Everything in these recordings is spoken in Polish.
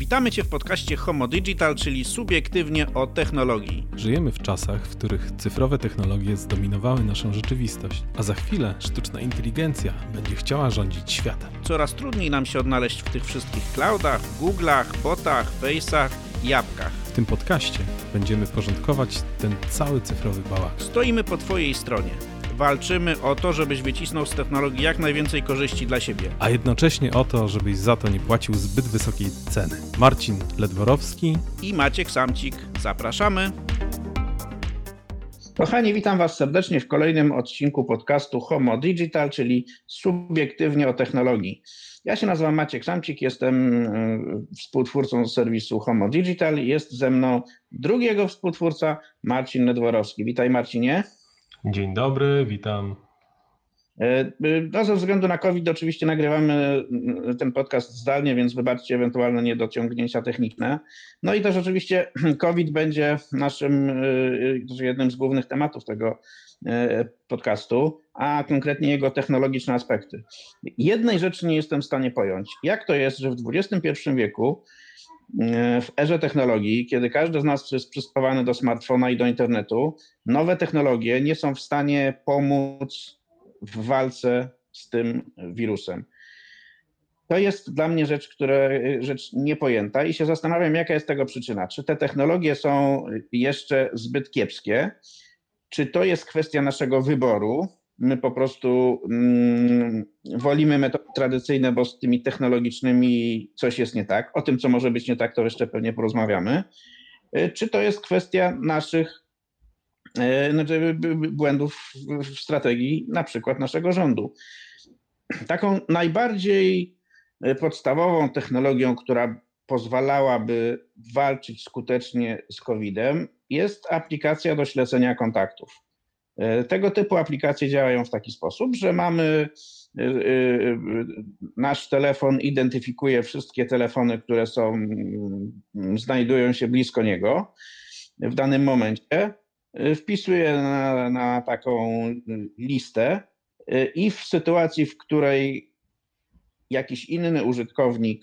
Witamy Cię w podcaście Homo Digital, czyli subiektywnie o technologii. Żyjemy w czasach, w których cyfrowe technologie zdominowały naszą rzeczywistość, a za chwilę sztuczna inteligencja będzie chciała rządzić światem. Coraz trudniej nam się odnaleźć w tych wszystkich cloudach, Google'ach, botach, Face'ach i apkach. W tym podcaście będziemy porządkować ten cały cyfrowy bałagan. Stoimy po Twojej stronie. Walczymy o to, żebyś wycisnął z technologii jak najwięcej korzyści dla siebie. A jednocześnie o to, żebyś za to nie płacił zbyt wysokiej ceny. Marcin Ledworowski i Maciek Samcik. Zapraszamy. Kochani, witam Was serdecznie w kolejnym odcinku podcastu Homo Digital, czyli subiektywnie o technologii. Ja się nazywam Maciek Samcik, jestem współtwórcą serwisu Homo Digital i jest ze mną drugiego współtwórca Marcin Ledworowski. Witaj, Marcinie. Dzień dobry, witam. No, ze względu na COVID oczywiście nagrywamy ten podcast zdalnie, więc wybaczcie ewentualne niedociągnięcia techniczne. No i też oczywiście COVID będzie jednym z głównych tematów tego podcastu, a konkretnie jego technologiczne aspekty. Jednej rzeczy nie jestem w stanie pojąć. Jak to jest, że w XXI wieku, w erze technologii, kiedy każdy z nas jest przyspawany do smartfona i do internetu, nowe technologie nie są w stanie pomóc w walce z tym wirusem. To jest dla mnie rzecz niepojęta i się zastanawiam, jaka jest tego przyczyna. Czy te technologie są jeszcze zbyt kiepskie? Czy to jest kwestia naszego wyboru? My po prostu wolimy metody tradycyjne, bo z tymi technologicznymi coś jest nie tak. O tym, co może być nie tak, to jeszcze pewnie porozmawiamy. Czy to jest kwestia naszych błędów w strategii, na przykład naszego rządu? Taką najbardziej podstawową technologią, która pozwalałaby walczyć skutecznie z COVID-em, jest aplikacja do śledzenia kontaktów. Tego typu aplikacje działają w taki sposób, że nasz telefon identyfikuje wszystkie telefony, które znajdują się blisko niego w danym momencie, wpisuje na taką listę i w sytuacji, w której jakiś inny użytkownik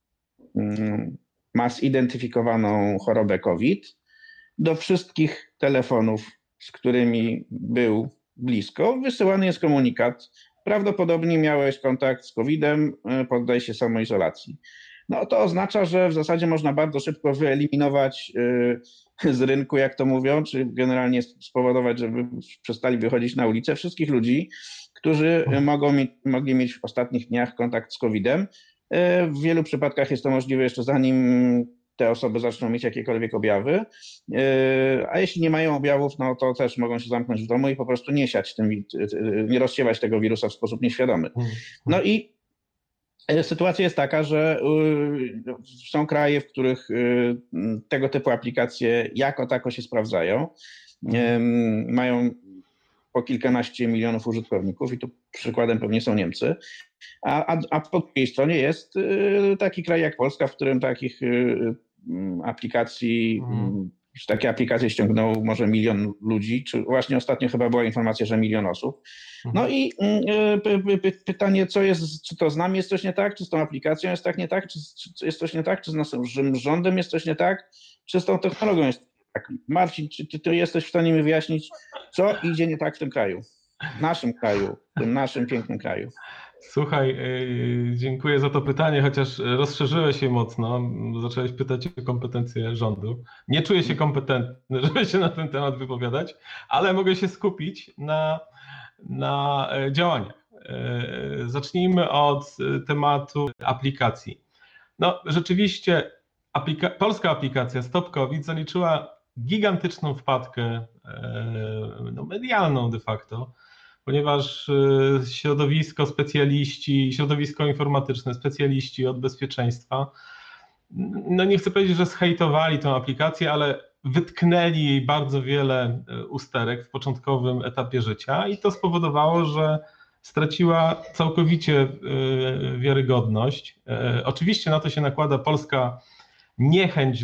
ma zidentyfikowaną chorobę COVID, do wszystkich telefonów, z którymi był blisko, wysyłany jest komunikat: prawdopodobnie miałeś kontakt z COVID-em, poddaj się samoizolacji. No to oznacza, że w zasadzie można bardzo szybko wyeliminować z rynku, jak to mówią, czy generalnie spowodować, żeby przestali wychodzić na ulicę wszystkich ludzi, którzy mogli mieć w ostatnich dniach kontakt z COVID-em. W wielu przypadkach jest to możliwe jeszcze zanim te osoby zaczną mieć jakiekolwiek objawy, a jeśli nie mają objawów, no to też mogą się zamknąć w domu i po prostu nie rozsiewać tego wirusa w sposób nieświadomy. No i sytuacja jest taka, że są kraje, w których tego typu aplikacje jako tako się sprawdzają. Mają po kilkanaście milionów użytkowników i tu przykładem pewnie są Niemcy. A po drugiej stronie jest taki kraj jak Polska, w którym takich aplikacji, takie aplikacje ściągnął może 1 milion ludzi, czy właśnie ostatnio chyba była informacja, że 1 milion osób. No i pytanie, czy to z nami jest coś nie tak, czy z tą aplikacją jest tak nie tak, czy jest coś nie tak, czy z naszym rządem jest coś nie tak, czy z tą technologią jest tak. Marcin, czy ty jesteś w stanie mi wyjaśnić, co idzie nie tak w tym kraju, w naszym kraju, w tym naszym pięknym kraju? Słuchaj, dziękuję za to pytanie, chociaż rozszerzyłeś je mocno. Zacząłeś pytać o kompetencje rządu. Nie czuję się kompetentny, żeby się na ten temat wypowiadać, ale mogę się skupić na działaniach. Zacznijmy od tematu aplikacji. No rzeczywiście polska aplikacja Stop COVID zaliczyła gigantyczną wpadkę medialną de facto, ponieważ środowisko informatyczne, specjaliści od bezpieczeństwa, no nie chcę powiedzieć, że zhejtowali tę aplikację, ale wytknęli jej bardzo wiele usterek w początkowym etapie życia i to spowodowało, że straciła całkowicie wiarygodność. Oczywiście na to się nakłada polska niechęć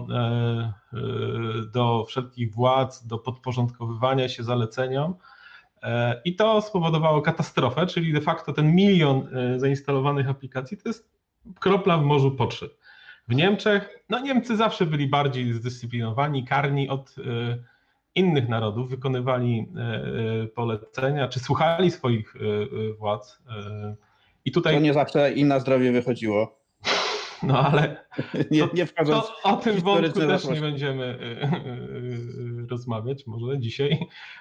do wszelkich władz, do podporządkowywania się zaleceniom. I to spowodowało katastrofę, czyli de facto ten 1 milion zainstalowanych aplikacji to jest kropla w morzu potrzeb. W Niemczech, no Niemcy zawsze byli bardziej zdyscyplinowani, karni od innych narodów, wykonywali polecenia, czy słuchali swoich władz. I tutaj... To nie zawsze im na zdrowie wychodziło. No ale nie wchodząc to o tym wątku też zaszłość. nie będziemy rozmawiać może dzisiaj.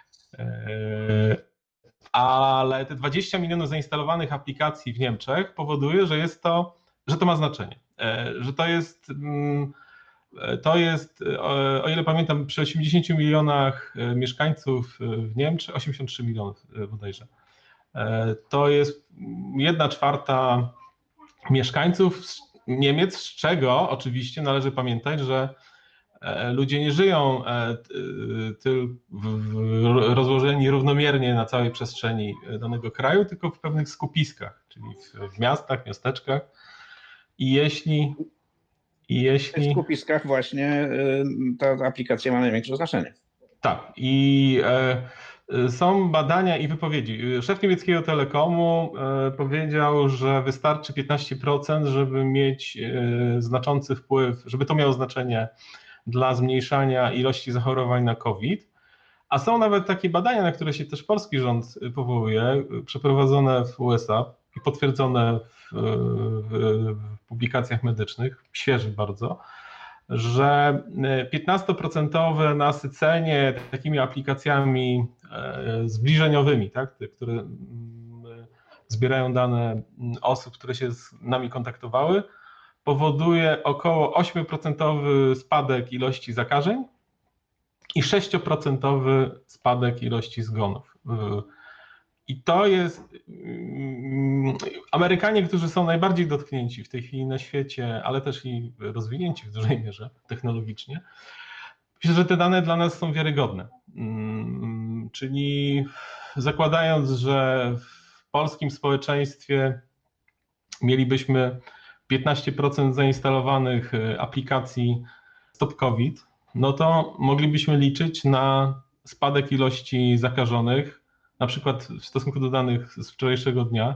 Ale te 20 milionów zainstalowanych aplikacji w Niemczech powoduje, że to ma znaczenie. Że to jest, o ile pamiętam, przy 80 milionach mieszkańców w Niemczech, 83 milionów bodajże, to jest 1/4 mieszkańców Niemiec, z czego oczywiście należy pamiętać, że ludzie nie żyją rozłożeni równomiernie na całej przestrzeni danego kraju, tylko w pewnych skupiskach, czyli w miastach, miasteczkach. I jeśli W skupiskach właśnie ta aplikacja ma największe znaczenie. Tak. I są badania i wypowiedzi. Szef niemieckiego Telekomu powiedział, że wystarczy 15%, żeby mieć znaczący wpływ, żeby to miało znaczenie dla zmniejszania ilości zachorowań na COVID. A są nawet takie badania, na które się też polski rząd powołuje, przeprowadzone w USA i potwierdzone w publikacjach medycznych, świeżych bardzo, że 15% nasycenie takimi aplikacjami zbliżeniowy, tak, te, które zbierają dane osób, które się z nami kontaktowały, powoduje około 8% spadek ilości zakażeń i 6% spadek ilości zgonów. I to jest Amerykanie, którzy są najbardziej dotknięci w tej chwili na świecie, ale też i rozwinięci w dużej mierze technologicznie. Myślę, że te dane dla nas są wiarygodne. Czyli zakładając, że w polskim społeczeństwie mielibyśmy 15% zainstalowanych aplikacji Stop COVID, no to moglibyśmy liczyć na spadek ilości zakażonych, na przykład w stosunku do danych z wczorajszego dnia,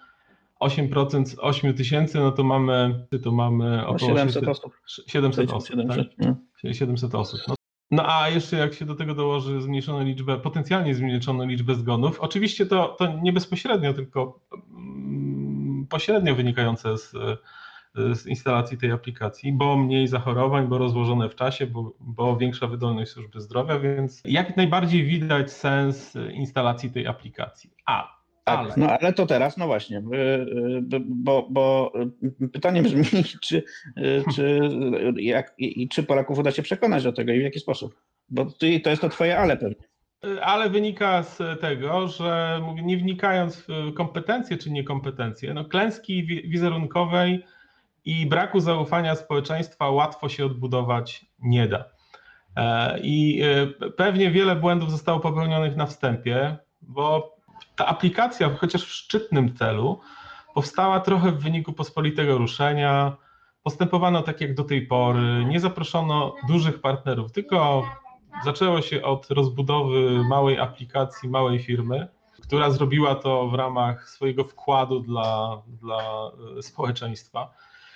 8% z 8 tysięcy, no to mamy około 700 osób. 700 osób. 700, tak? 700 osób. No a jeszcze jak się do tego dołoży potencjalnie zmniejszoną liczbę zgonów, oczywiście to nie bezpośrednio, tylko pośrednio wynikające z instalacji tej aplikacji, bo mniej zachorowań, bo rozłożone w czasie, bo większa wydolność służby zdrowia, więc jak najbardziej widać sens instalacji tej apliksi. No ale to teraz, no właśnie, bo pytanie brzmi, czy Polaków uda się przekonać do tego i w jaki sposób? Bo to jest to twoje ale pewnie. Ale wynika z tego, że mówię, nie wnikając w kompetencje czy niekompetencje, no klęski wizerunkowej i braku zaufania społeczeństwa łatwo się odbudować nie da. I pewnie wiele błędów zostało popełnionych na wstępie, bo ta aplikacja, chociaż w szczytnym celu, powstała trochę w wyniku pospolitego ruszenia, postępowano tak jak do tej pory, nie zaproszono dużych partnerów, tylko zaczęło się od rozbudowy małej aplikacji, małej firmy, która zrobiła to w ramach swojego wkładu dla społeczeństwa.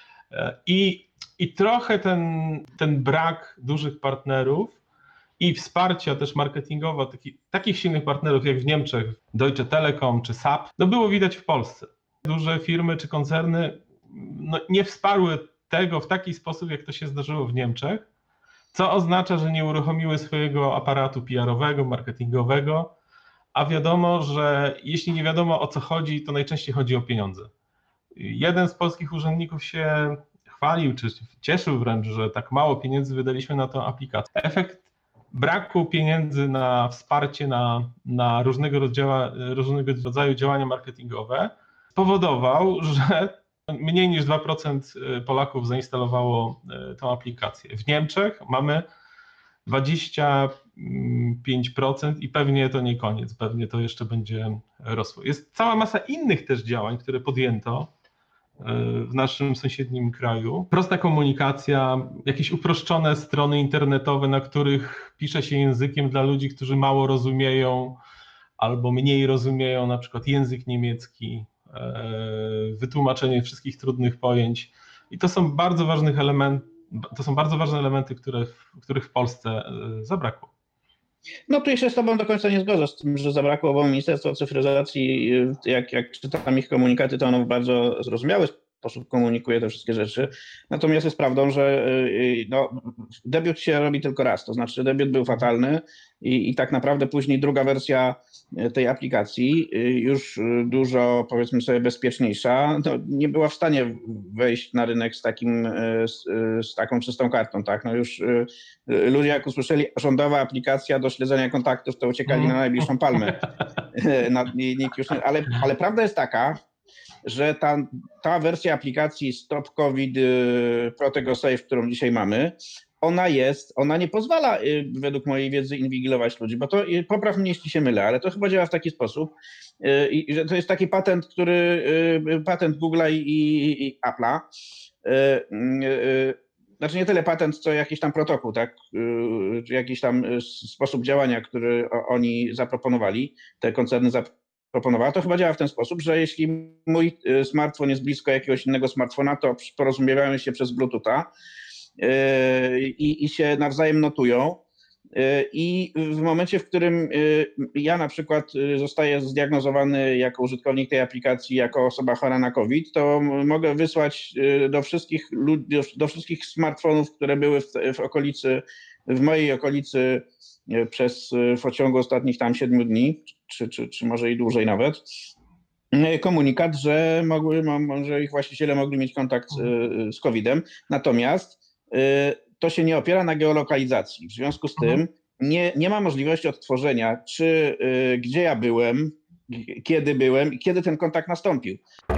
I trochę ten brak dużych partnerów i wsparcia też marketingowo takich silnych partnerów jak w Niemczech, Deutsche Telekom czy SAP, no było widać w Polsce. Duże firmy czy koncerny nie wsparły tego w taki sposób, jak to się zdarzyło w Niemczech, co oznacza, że nie uruchomiły swojego aparatu PR-owego, marketingowego, a wiadomo, że jeśli nie wiadomo o co chodzi, to najczęściej chodzi o pieniądze. Jeden z polskich urzędników się chwalił, czy cieszył wręcz, że tak mało pieniędzy wydaliśmy na tę aplikację. Efekt braku pieniędzy na wsparcie na różnego rodzaju działania marketingowe spowodował, że mniej niż 2% Polaków zainstalowało tę aplikację. W Niemczech mamy 25% i pewnie to nie koniec, pewnie to jeszcze będzie rosło. Jest cała masa innych też działań, które podjęto w naszym sąsiednim kraju. Prosta komunikacja, jakieś uproszczone strony internetowe, na których pisze się językiem dla ludzi, którzy mało rozumieją albo mniej rozumieją, na przykład język niemiecki, wytłumaczenie wszystkich trudnych pojęć I to są bardzo ważne elementy, których w Polsce zabrakło. No tu się z tobą do końca nie zgodzę z tym, że zabrakło, bo Ministerstwo Cyfryzacji, jak czytam ich komunikaty, to ono w bardzo zrozumiały sposób komunikuje te wszystkie rzeczy. Natomiast jest prawdą, że debiut się robi tylko raz, to znaczy debiut był fatalny i tak naprawdę później druga wersja tej aplikacji, już dużo, powiedzmy sobie, bezpieczniejsza, nie była w stanie wejść na rynek z taką czystą kartą. Tak? No już ludzie jak usłyszeli rządowa aplikacja do śledzenia kontaktów, to uciekali na najbliższą palmę. Ale prawda jest taka, że ta wersja aplikacji Stop COVID Protego Safe, którą dzisiaj mamy, ona nie pozwala według mojej wiedzy inwigilować ludzi, bo to, popraw mnie jeśli się mylę, ale to chyba działa w taki sposób, że to jest taki patent, patent Google'a i Apple'a, znaczy nie tyle patent, co jakiś tam protokół, tak, jakiś tam sposób działania, który oni zaproponowali, te koncerny zaproponowały. To chyba działa w ten sposób, że jeśli mój smartfon jest blisko jakiegoś innego smartfona, to porozumiewamy się przez Bluetootha i się nawzajem notują. I w momencie, w którym ja na przykład zostaję zdiagnozowany jako użytkownik tej aplikacji, jako osoba chora na COVID, to mogę wysłać do wszystkich smartfonów, które były w mojej okolicy w ciągu ostatnich tam 7 dni, czy może i dłużej nawet, komunikat, że ich właściciele mogli mieć kontakt z COVID-em. Natomiast to się nie opiera na geolokalizacji. W związku z tym nie ma możliwości odtworzenia, gdzie ja byłem, i kiedy ten kontakt nastąpił.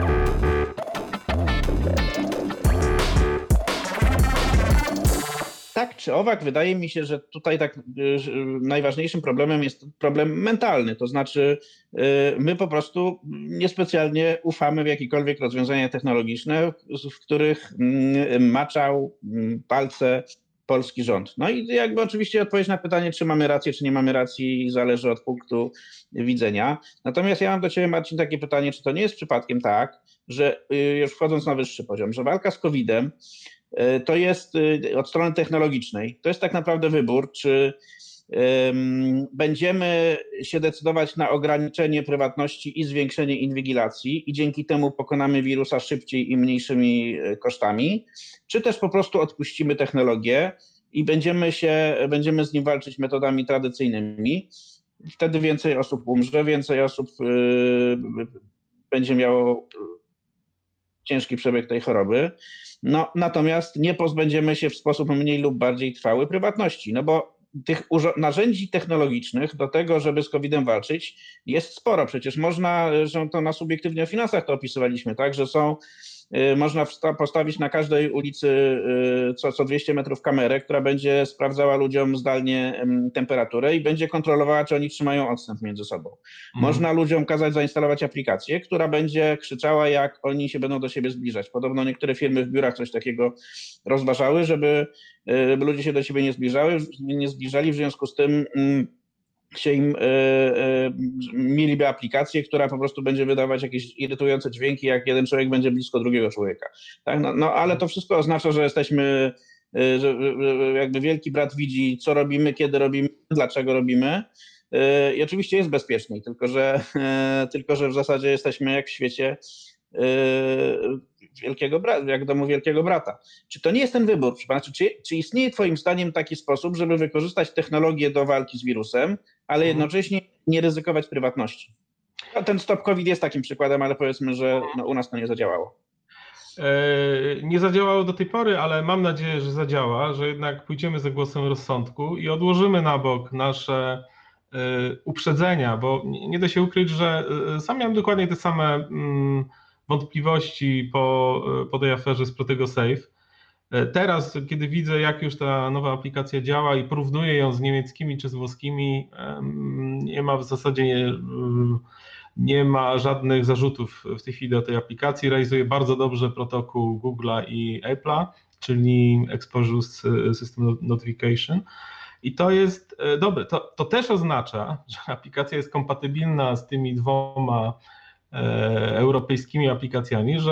Tak czy owak, wydaje mi się, że tutaj najważniejszym problemem jest problem mentalny. To znaczy my po prostu niespecjalnie ufamy w jakiekolwiek rozwiązania technologiczne, w których maczał palce polski rząd. No i jakby oczywiście odpowiedź na pytanie, czy mamy rację, czy nie mamy racji, zależy od punktu widzenia. Natomiast ja mam do ciebie, Marcin, takie pytanie, czy to nie jest przypadkiem tak, że już wchodząc na wyższy poziom, że walka z COVID-em to jest od strony technologicznej, to jest tak naprawdę wybór, czy będziemy się decydować na ograniczenie prywatności i zwiększenie inwigilacji i dzięki temu pokonamy wirusa szybciej i mniejszymi kosztami, czy też po prostu odpuścimy technologię i będziemy z nim walczyć metodami tradycyjnymi. Wtedy więcej osób umrze, więcej osób będzie miało ciężki przebieg tej choroby. No, natomiast nie pozbędziemy się w sposób mniej lub bardziej trwały prywatności, no bo tych narzędzi technologicznych do tego, żeby z COVID-em walczyć, jest sporo. Przecież że to na Subiektywnie o Finansach to opisywaliśmy, tak, że można postawić na każdej ulicy co 200 metrów kamerę, która będzie sprawdzała ludziom zdalnie temperaturę i będzie kontrolowała, czy oni trzymają odstęp między sobą. Można ludziom kazać zainstalować aplikację, która będzie krzyczała, jak oni się będą do siebie zbliżać. Podobno niektóre firmy w biurach coś takiego rozważały, żeby ludzie się do siebie nie zbliżali, w związku z tym mieliby aplikację, która po prostu będzie wydawać jakieś irytujące dźwięki, jak jeden człowiek będzie blisko drugiego człowieka. Tak? No, ale to wszystko oznacza, że że jakby wielki brat widzi, co robimy, kiedy robimy, dlaczego robimy. I oczywiście jest bezpieczniej, tylko że w zasadzie jesteśmy jak w świecie wielkiego brata, jak w domu wielkiego brata. Czy to nie jest ten wybór? Czy istnieje twoim zdaniem taki sposób, żeby wykorzystać technologię do walki z wirusem, ale jednocześnie nie ryzykować prywatności? No, ten Stop COVID jest takim przykładem, ale powiedzmy, że u nas to nie zadziałało. Nie zadziałało do tej pory, ale mam nadzieję, że zadziała, że jednak pójdziemy za głosem rozsądku i odłożymy na bok nasze uprzedzenia, bo nie da się ukryć, że sam miałem dokładnie te same wątpliwości po tej aferze z Protego Safe. Teraz, kiedy widzę, jak już ta nowa aplikacja działa i porównuję ją z niemieckimi czy z włoskimi, nie ma w zasadzie nie ma żadnych zarzutów w tej chwili do tej aplikacji. Realizuje bardzo dobrze protokół Google'a i Apple'a, czyli Exposure System Notification. I to jest dobre. To też oznacza, że aplikacja jest kompatybilna z tymi 2 europejskimi aplikacjami, że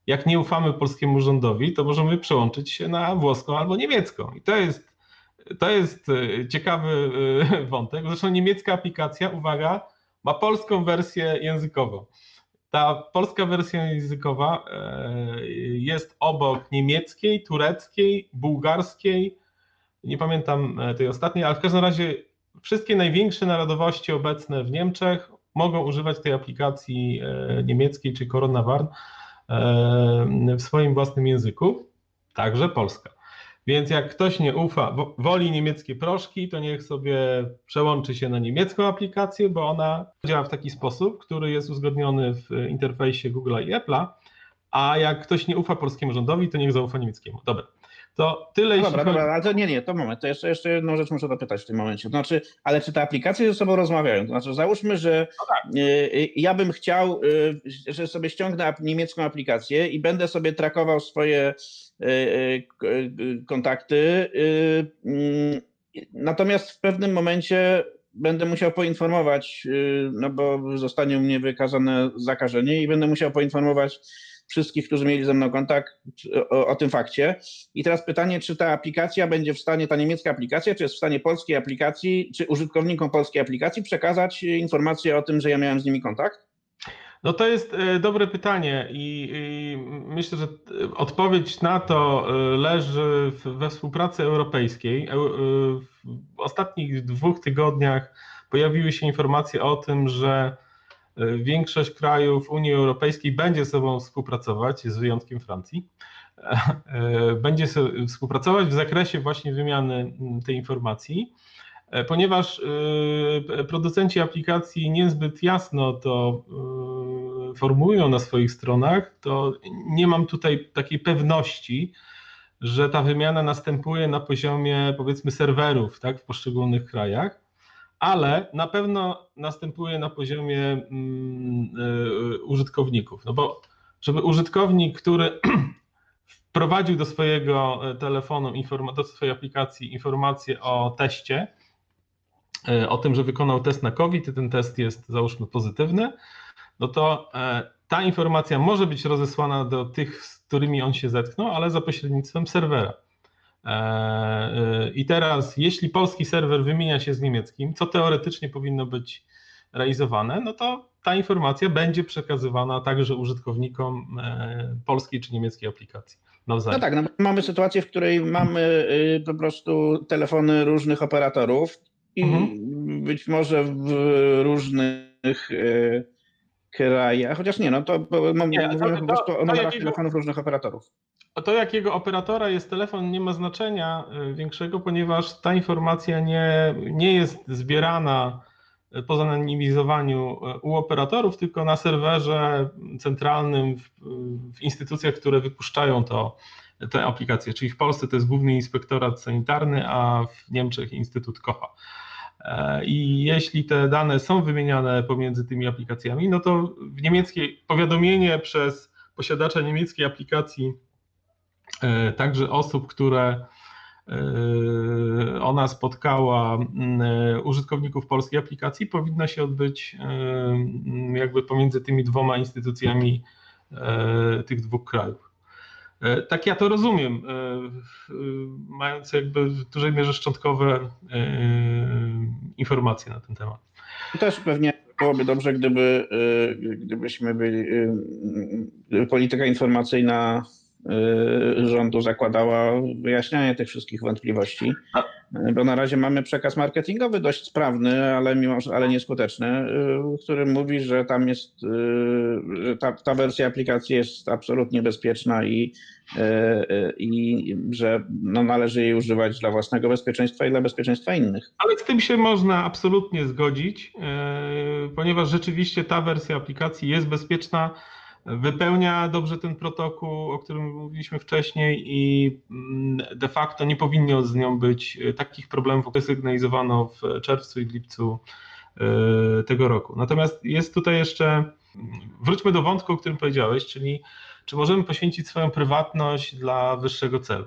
jak nie ufamy polskiemu rządowi, to możemy przełączyć się na włoską albo niemiecką. I to jest ciekawy wątek. Zresztą niemiecka aplikacja, uwaga, ma polską wersję językową. Ta polska wersja językowa jest obok niemieckiej, tureckiej, bułgarskiej, nie pamiętam tej ostatniej, ale w każdym razie wszystkie największe narodowości obecne w Niemczech mogą używać tej aplikacji niemieckiej, czy Corona Warn w swoim własnym języku, także Polska. Więc jak ktoś nie ufa, woli niemieckie proszki, to niech sobie przełączy się na niemiecką aplikację, bo ona działa w taki sposób, który jest uzgodniony w interfejsie Google'a i Apple'a, a jak ktoś nie ufa polskiemu rządowi, to niech zaufa niemieckiemu. Dobra. To tyle. Dobra, ale to nie, to moment, to jeszcze jedną rzecz muszę dopytać w tym momencie. To znaczy, ale czy te aplikacje ze sobą rozmawiają? To znaczy, załóżmy, że ja bym chciał, że sobie ściągnę niemiecką aplikację i będę sobie trackował swoje kontakty, natomiast w pewnym momencie będę musiał poinformować, no bo zostanie u mnie wykazane zakażenie i będę musiał poinformować wszystkich, którzy mieli ze mną kontakt o tym fakcie. I teraz pytanie, czy ta aplikacja będzie w stanie, ta niemiecka aplikacja, czy jest w stanie polskiej aplikacji, czy użytkownikom polskiej aplikacji przekazać informację o tym, że ja miałem z nimi kontakt? No to jest dobre pytanie i myślę, że odpowiedź na to leży we współpracy europejskiej. W ostatnich 2 tygodniach pojawiły się informacje o tym, że większość krajów Unii Europejskiej będzie ze sobą współpracować, z wyjątkiem Francji, będzie współpracować w zakresie właśnie wymiany tej informacji, ponieważ producenci aplikacji niezbyt jasno to formułują na swoich stronach, to nie mam tutaj takiej pewności, że ta wymiana następuje na poziomie, powiedzmy, serwerów, tak, w poszczególnych krajach, ale na pewno następuje na poziomie użytkowników. No bo żeby użytkownik, który wprowadził do swojego telefonu, do swojej aplikacji informację o teście, o tym, że wykonał test na COVID i ten test jest, załóżmy, pozytywny, no to ta informacja może być rozesłana do tych, z którymi on się zetknął, ale za pośrednictwem serwera. I teraz, jeśli polski serwer wymienia się z niemieckim, co teoretycznie powinno być realizowane, no to ta informacja będzie przekazywana także użytkownikom polskiej czy niemieckiej aplikacji nawzajem. No tak, no mamy sytuację, w której mamy po prostu telefony różnych operatorów i być może w różnych krajach, chociaż nie, no to mówimy po prostu o numerach telefonów różnych operatorów. To jakiego operatora jest telefon nie ma znaczenia większego, ponieważ ta informacja nie jest zbierana po zanonimizowaniu u operatorów, tylko na serwerze centralnym w instytucjach, które wypuszczają te aplikacje. Czyli w Polsce to jest Główny Inspektorat Sanitarny, a w Niemczech Instytut Kocha. I jeśli te dane są wymieniane pomiędzy tymi aplikacjami, no to w niemieckiej powiadomienie przez posiadacza niemieckiej aplikacji, także osób, które ona spotkała, użytkowników polskiej aplikacji, powinno się odbyć jakby pomiędzy tymi 2 instytucjami tych 2 krajów. Tak ja to rozumiem, mając jakby w dużej mierze szczątkowe informacje na ten temat. Też pewnie byłoby dobrze, gdybyśmy byli, polityka informacyjna rządu zakładała wyjaśnianie tych wszystkich wątpliwości, bo na razie mamy przekaz marketingowy dość sprawny, ale nieskuteczny, w którym mówi, że tam jest, że ta wersja aplikacji jest absolutnie bezpieczna i że należy jej używać dla własnego bezpieczeństwa i dla bezpieczeństwa innych. Ale z tym się można absolutnie zgodzić, ponieważ rzeczywiście ta wersja aplikacji jest bezpieczna, wypełnia dobrze ten protokół, o którym mówiliśmy wcześniej i de facto nie powinno z nią być takich problemów, które sygnalizowano w czerwcu i lipcu tego roku. Natomiast jest tutaj jeszcze, wróćmy do wątku, o którym powiedziałeś, czyli czy możemy poświęcić swoją prywatność dla wyższego celu.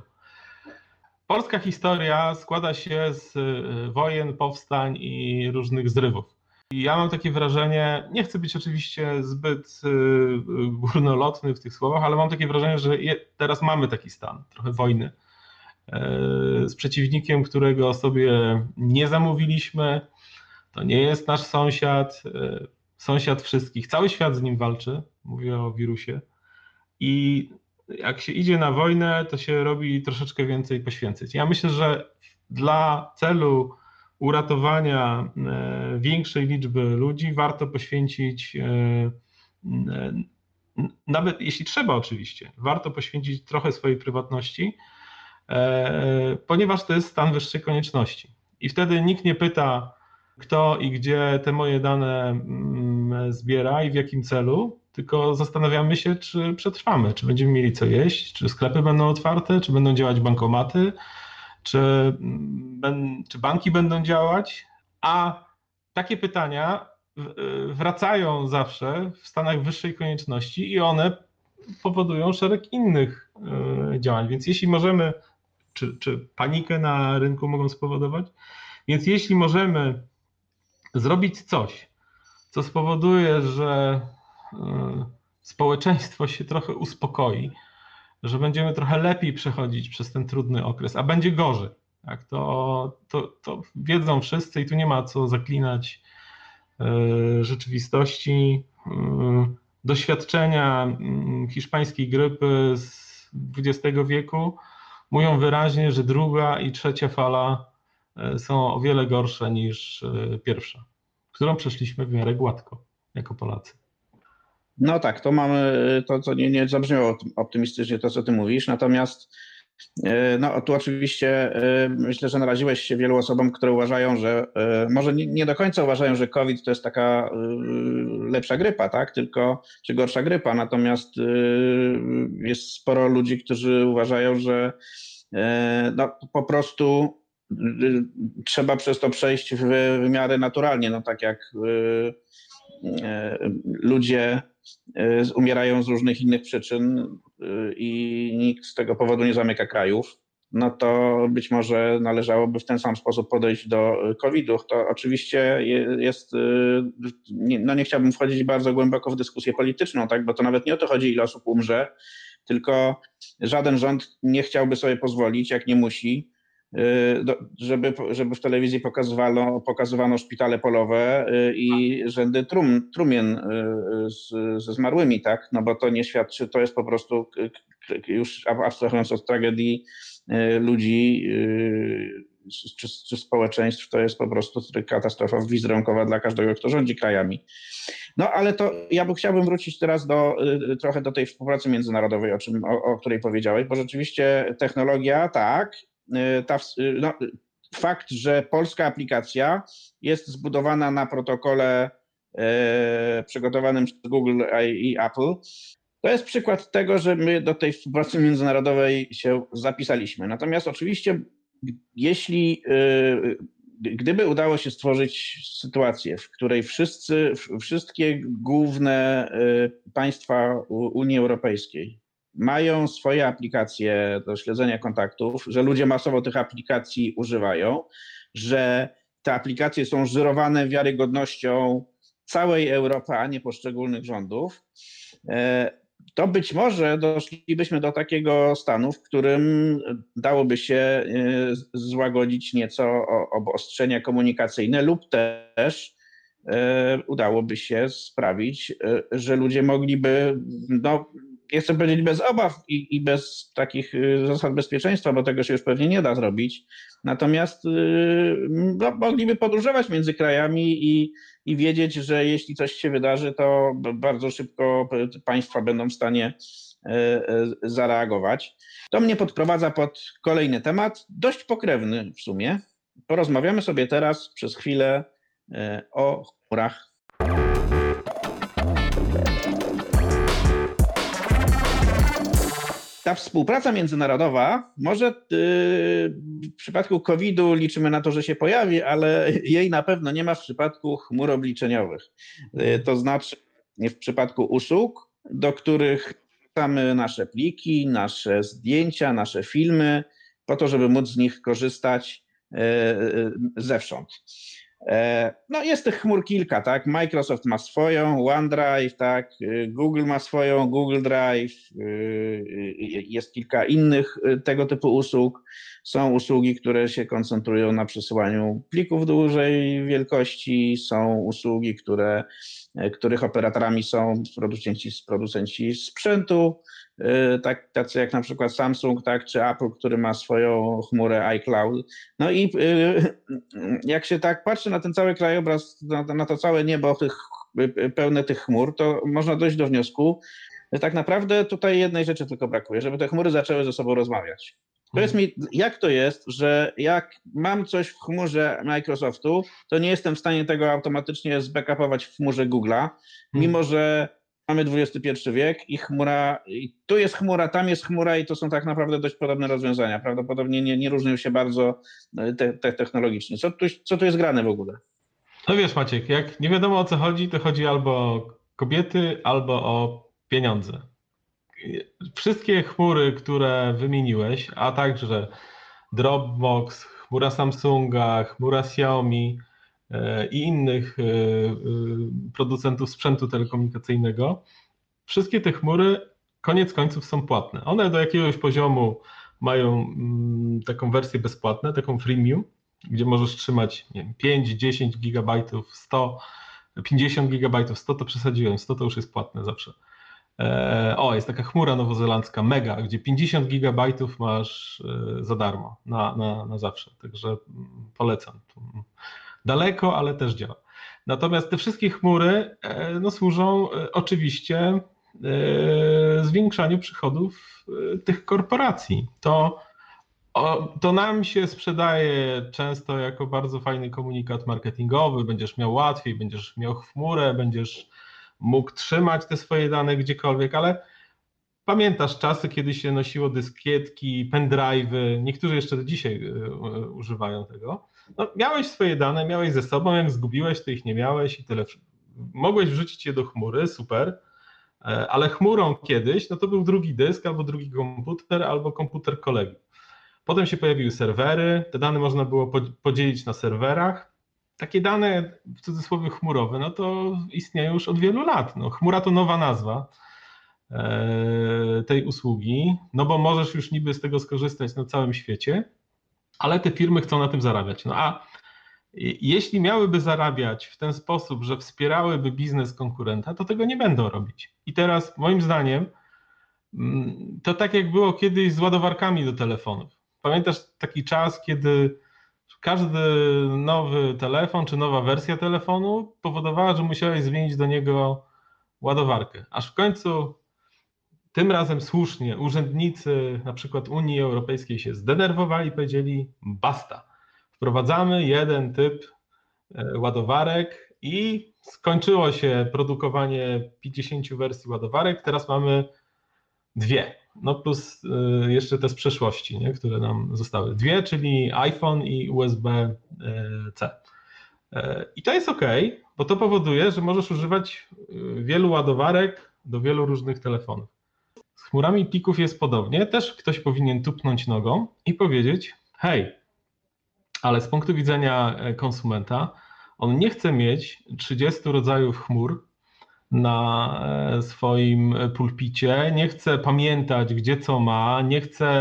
Polska historia składa się z wojen, powstań i różnych zrywów. I ja mam takie wrażenie, nie chcę być oczywiście zbyt górnolotny w tych słowach, ale mam takie wrażenie, że teraz mamy taki stan, trochę wojny z przeciwnikiem, którego sobie nie zamówiliśmy. To nie jest nasz sąsiad, sąsiad wszystkich. Cały świat z nim walczy, mówię o wirusie. I jak się idzie na wojnę, to się robi troszeczkę więcej poświęcać. Ja myślę, że dla celu uratowania większej liczby ludzi warto poświęcić, nawet jeśli trzeba oczywiście, warto poświęcić trochę swojej prywatności, ponieważ to jest stan wyższej konieczności. I wtedy nikt nie pyta, kto i gdzie te moje dane zbiera i w jakim celu, tylko zastanawiamy się, czy przetrwamy, czy będziemy mieli co jeść, czy sklepy będą otwarte, czy będą działać bankomaty, czy banki będą działać, a takie pytania wracają zawsze w stanach wyższej konieczności i one powodują szereg innych działań, więc jeśli możemy, czy panikę na rynku mogą spowodować, więc jeśli możemy zrobić coś, co spowoduje, że społeczeństwo się trochę uspokoi, że będziemy trochę lepiej przechodzić przez ten trudny okres, a będzie gorzej. Tak? To wiedzą wszyscy i tu nie ma co zaklinać rzeczywistości. Doświadczenia hiszpańskiej grypy z XX wieku mówią wyraźnie, że druga i trzecia fala są o wiele gorsze niż pierwsza, którą przeszliśmy w miarę gładko jako Polacy. No tak, to nie zabrzmiało optymistycznie to, co ty mówisz, natomiast no tu oczywiście myślę, że naraziłeś się wielu osobom, które uważają, że może nie do końca uważają, że COVID to jest taka lepsza grypa, tak, czy gorsza grypa, natomiast jest sporo ludzi, którzy uważają, że no, po prostu trzeba przez to przejść w miarę naturalnie, no tak jak ludzie umierają z różnych innych przyczyn i nikt z tego powodu nie zamyka krajów, no to być może należałoby w ten sam sposób podejść do COVID-u. To oczywiście jest, no nie chciałbym wchodzić bardzo głęboko w dyskusję polityczną, tak, bo to nawet nie o to chodzi, ile osób umrze, tylko żaden rząd nie chciałby sobie pozwolić, jak nie musi, żeby w telewizji pokazywano szpitale polowe i rzędy trumien ze zmarłymi, tak? No bo to nie świadczy, to jest po prostu, już abstrahując od tragedii ludzi czy społeczeństw, to jest po prostu katastrofa wizerunkowa dla każdego, kto rządzi krajami. No ale to ja chciałbym wrócić teraz trochę do tej współpracy międzynarodowej, o której powiedziałeś, bo rzeczywiście technologia, tak, fakt, że polska aplikacja jest zbudowana na protokole przygotowanym przez Google i Apple, to jest przykład tego, że my do tej współpracy międzynarodowej się zapisaliśmy. Natomiast oczywiście, gdyby udało się stworzyć sytuację, w której wszystkie główne państwa Unii Europejskiej mają swoje aplikacje do śledzenia kontaktów, że ludzie masowo tych aplikacji używają, że te aplikacje są żyrowane wiarygodnością całej Europy, a nie poszczególnych rządów, to być może doszlibyśmy do takiego stanu, w którym dałoby się złagodzić nieco obostrzenia komunikacyjne lub też udałoby się sprawić, że ludzie mogliby, no, nie chcę powiedzieć bez obaw i bez takich zasad bezpieczeństwa, bo tego się już pewnie nie da zrobić. Natomiast no, mogliby podróżować między krajami i wiedzieć, że jeśli coś się wydarzy, to bardzo szybko państwa będą w stanie zareagować. To mnie podprowadza pod kolejny temat, dość pokrewny w sumie. Porozmawiamy sobie teraz przez chwilę o chmurach. Ta współpraca międzynarodowa może w przypadku COVID-u liczymy na to, że się pojawi, ale jej na pewno nie ma w przypadku chmur obliczeniowych. To znaczy w przypadku usług, do których wrzucamy nasze pliki, nasze zdjęcia, nasze filmy, po to, żeby móc z nich korzystać zewsząd. No jest tych chmur kilka, tak? Microsoft ma swoją, OneDrive, tak? Google ma swoją, Google Drive, jest kilka innych tego typu usług. Są usługi, które się koncentrują na przesyłaniu plików dużej wielkości, są usługi, których operatorami są producenci sprzętu, tak, tacy jak na przykład Samsung, tak, czy Apple, który ma swoją chmurę iCloud. No i jak się tak patrzy na ten cały krajobraz, na to całe niebo pełne tych chmur, to można dojść do wniosku, że tak naprawdę tutaj jednej rzeczy tylko brakuje, żeby te chmury zaczęły ze sobą rozmawiać. Powiedz mi, jak to jest, że jak mam coś w chmurze Microsoftu, to nie jestem w stanie tego automatycznie zbackupować w chmurze Google'a, mimo że mamy XXI wiek i chmura, i tu jest chmura, tam jest chmura i to są tak naprawdę dość podobne rozwiązania. Prawdopodobnie nie różnią się bardzo technologicznie. Co tu jest grane w ogóle? No wiesz, Maciek, jak nie wiadomo o co chodzi, to chodzi albo o kobiety, albo o pieniądze. Wszystkie chmury, które wymieniłeś, a także Dropbox, chmura Samsunga, chmura Xiaomi i innych producentów sprzętu telekomunikacyjnego, wszystkie te chmury koniec końców są płatne. One do jakiegoś poziomu mają taką wersję bezpłatną, taką freemium, gdzie możesz trzymać, nie wiem, 5, 10 gigabajtów, 100, 50 gigabajtów, 100 to przesadziłem, 100 to już jest płatne zawsze. Jest taka chmura nowozelandzka, Mega, gdzie 50 gigabajtów masz za darmo na zawsze, także polecam. Daleko, ale też działa. Natomiast te wszystkie chmury służą oczywiście zwiększaniu przychodów tych korporacji. To nam się sprzedaje często jako bardzo fajny komunikat marketingowy, będziesz miał łatwiej, będziesz miał chmurę, będziesz mógł trzymać te swoje dane gdziekolwiek, ale pamiętasz czasy, kiedy się nosiło dyskietki, pendrive'y, niektórzy jeszcze do dzisiaj używają tego. No, miałeś swoje dane, miałeś ze sobą, jak zgubiłeś, to ich nie miałeś i tyle. Mogłeś wrzucić je do chmury, super, ale chmurą kiedyś, no to był drugi dysk, albo drugi komputer, albo komputer kolegi. Potem się pojawiły serwery, te dane można było podzielić na serwerach. Takie dane, w cudzysłowie chmurowe, no to istnieją już od wielu lat. No, chmura to nowa nazwa tej usługi, no bo możesz już niby z tego skorzystać na całym świecie, ale te firmy chcą na tym zarabiać. No a jeśli miałyby zarabiać w ten sposób, że wspierałyby biznes konkurenta, to tego nie będą robić. I teraz moim zdaniem to tak jak było kiedyś z ładowarkami do telefonów. Pamiętasz taki czas, kiedy każdy nowy telefon czy nowa wersja telefonu powodowała, że musiałeś zmienić do niego ładowarkę. Aż w końcu, tym razem słusznie, urzędnicy na przykład Unii Europejskiej się zdenerwowali i powiedzieli basta. Wprowadzamy jeden typ ładowarek i skończyło się produkowanie 50 wersji ładowarek, teraz mamy dwie. No plus jeszcze te z przeszłości, nie, które nam zostały. Dwie, czyli iPhone i USB-C. I to jest OK, bo to powoduje, że możesz używać wielu ładowarek do wielu różnych telefonów. Z chmurami plików jest podobnie. Też ktoś powinien tupnąć nogą i powiedzieć, hej, ale z punktu widzenia konsumenta on nie chce mieć 30 rodzajów chmur na swoim pulpicie, nie chce pamiętać, gdzie co ma, nie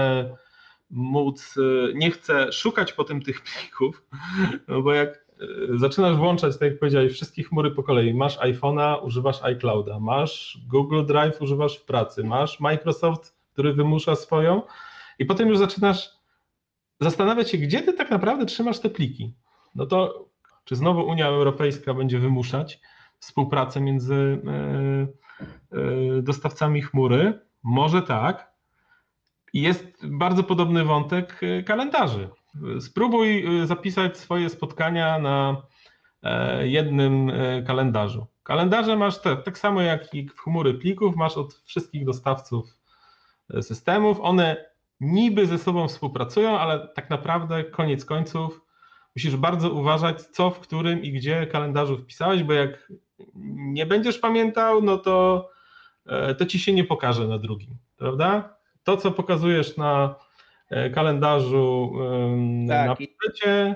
chce szukać potem tych plików, no bo jak zaczynasz włączać, tak jak powiedziałeś, wszystkie chmury po kolei, masz iPhone'a, używasz iClouda, masz Google Drive, używasz w pracy, masz Microsoft, który wymusza swoją i potem już zaczynasz zastanawiać się, gdzie ty tak naprawdę trzymasz te pliki. No to czy znowu Unia Europejska będzie wymuszać współpracę między dostawcami chmury? Może tak. Jest bardzo podobny wątek kalendarzy. Spróbuj zapisać swoje spotkania na jednym kalendarzu. Kalendarze masz tak samo jak i w chmury plików, masz od wszystkich dostawców systemów. One niby ze sobą współpracują, ale tak naprawdę koniec końców musisz bardzo uważać, co w którym i gdzie kalendarzu wpisałeś, bo jak nie będziesz pamiętał, no to ci się nie pokaże na drugim, prawda? To, co pokazujesz na kalendarzu na pulpecie,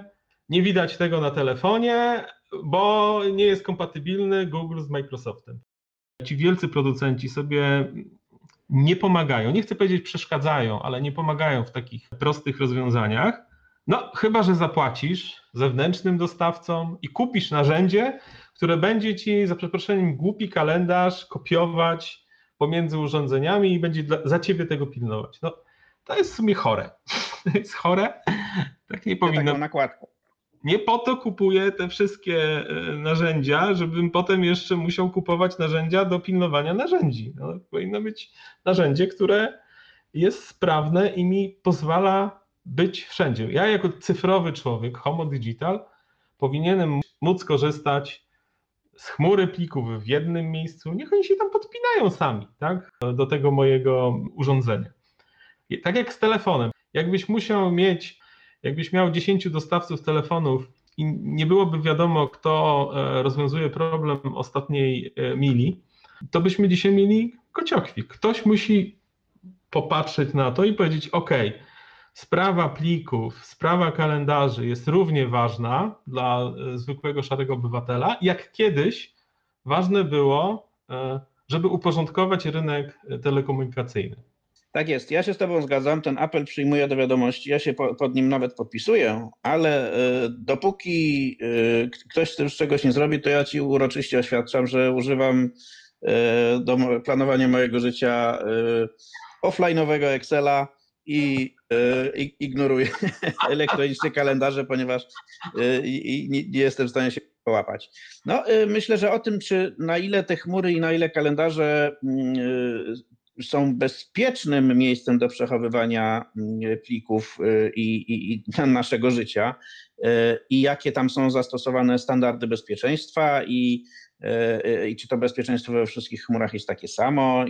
nie widać tego na telefonie, bo nie jest kompatybilny Google z Microsoftem. Ci wielcy producenci sobie nie pomagają, nie chcę powiedzieć przeszkadzają, ale nie pomagają w takich prostych rozwiązaniach. No chyba że zapłacisz zewnętrznym dostawcom i kupisz narzędzie, które będzie ci, za przeproszeniem, głupi kalendarz kopiować pomiędzy urządzeniami i będzie za ciebie tego pilnować. No to jest w sumie chore. To jest chore. Tak nie powinno. Nakładkę. Nie po to kupuję te wszystkie narzędzia, żebym potem jeszcze musiał kupować narzędzia do pilnowania narzędzi. No, powinno być narzędzie, które jest sprawne i mi pozwala być wszędzie. Ja jako cyfrowy człowiek, Homo Digital, powinienem móc korzystać z chmury plików w jednym miejscu. Niech oni się tam podpinają sami, tak? Do tego mojego urządzenia. I tak jak z telefonem. Jakbyś miał 10 dostawców telefonów i nie byłoby wiadomo, kto rozwiązuje problem ostatniej mili, to byśmy dzisiaj mieli kociokwik. Ktoś musi popatrzeć na to i powiedzieć, ok, sprawa plików, sprawa kalendarzy jest równie ważna dla zwykłego szarego obywatela, jak kiedyś ważne było, żeby uporządkować rynek telekomunikacyjny. Tak jest, ja się z tobą zgadzam, ten apel przyjmuję do wiadomości, ja się pod nim nawet podpisuję, ale dopóki ktoś z czegoś nie zrobi, to ja ci uroczyście oświadczam, że używam do planowania mojego życia offline'owego Excela i ignoruję elektroniczne kalendarze, ponieważ nie jestem w stanie się połapać. No, myślę, że o tym, na ile te chmury i na ile kalendarze są bezpiecznym miejscem do przechowywania plików i naszego życia i jakie tam są zastosowane standardy bezpieczeństwa i czy to bezpieczeństwo we wszystkich chmurach jest takie samo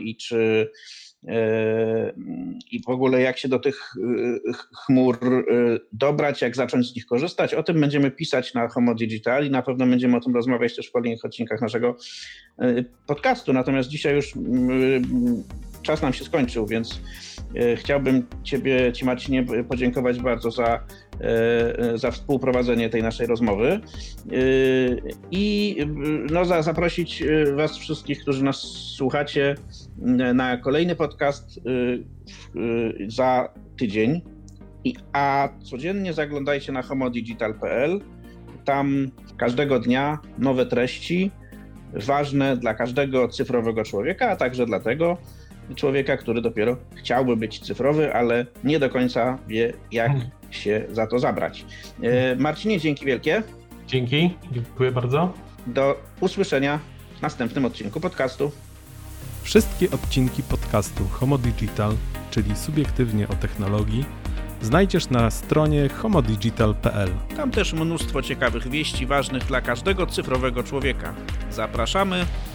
i w ogóle jak się do tych chmur dobrać, jak zacząć z nich korzystać. O tym będziemy pisać na Homo Digital i na pewno będziemy o tym rozmawiać też w kolejnych odcinkach naszego podcastu. Natomiast dzisiaj już czas nam się skończył, więc chciałbym Ci, Marcinie, podziękować bardzo za współprowadzenie tej naszej rozmowy i zaprosić Was wszystkich, którzy nas słuchacie, na kolejny podcast za tydzień, a codziennie zaglądajcie na homodigital.pl. Tam każdego dnia nowe treści ważne dla każdego cyfrowego człowieka, a także dla tego człowieka, który dopiero chciałby być cyfrowy, ale nie do końca wie, jak się za to zabrać. Marcinie, dzięki wielkie. Dzięki, dziękuję bardzo. Do usłyszenia w następnym odcinku podcastu. Wszystkie odcinki podcastu Homo Digital, czyli subiektywnie o technologii, znajdziesz na stronie homodigital.pl. Tam też mnóstwo ciekawych wieści ważnych dla każdego cyfrowego człowieka. Zapraszamy.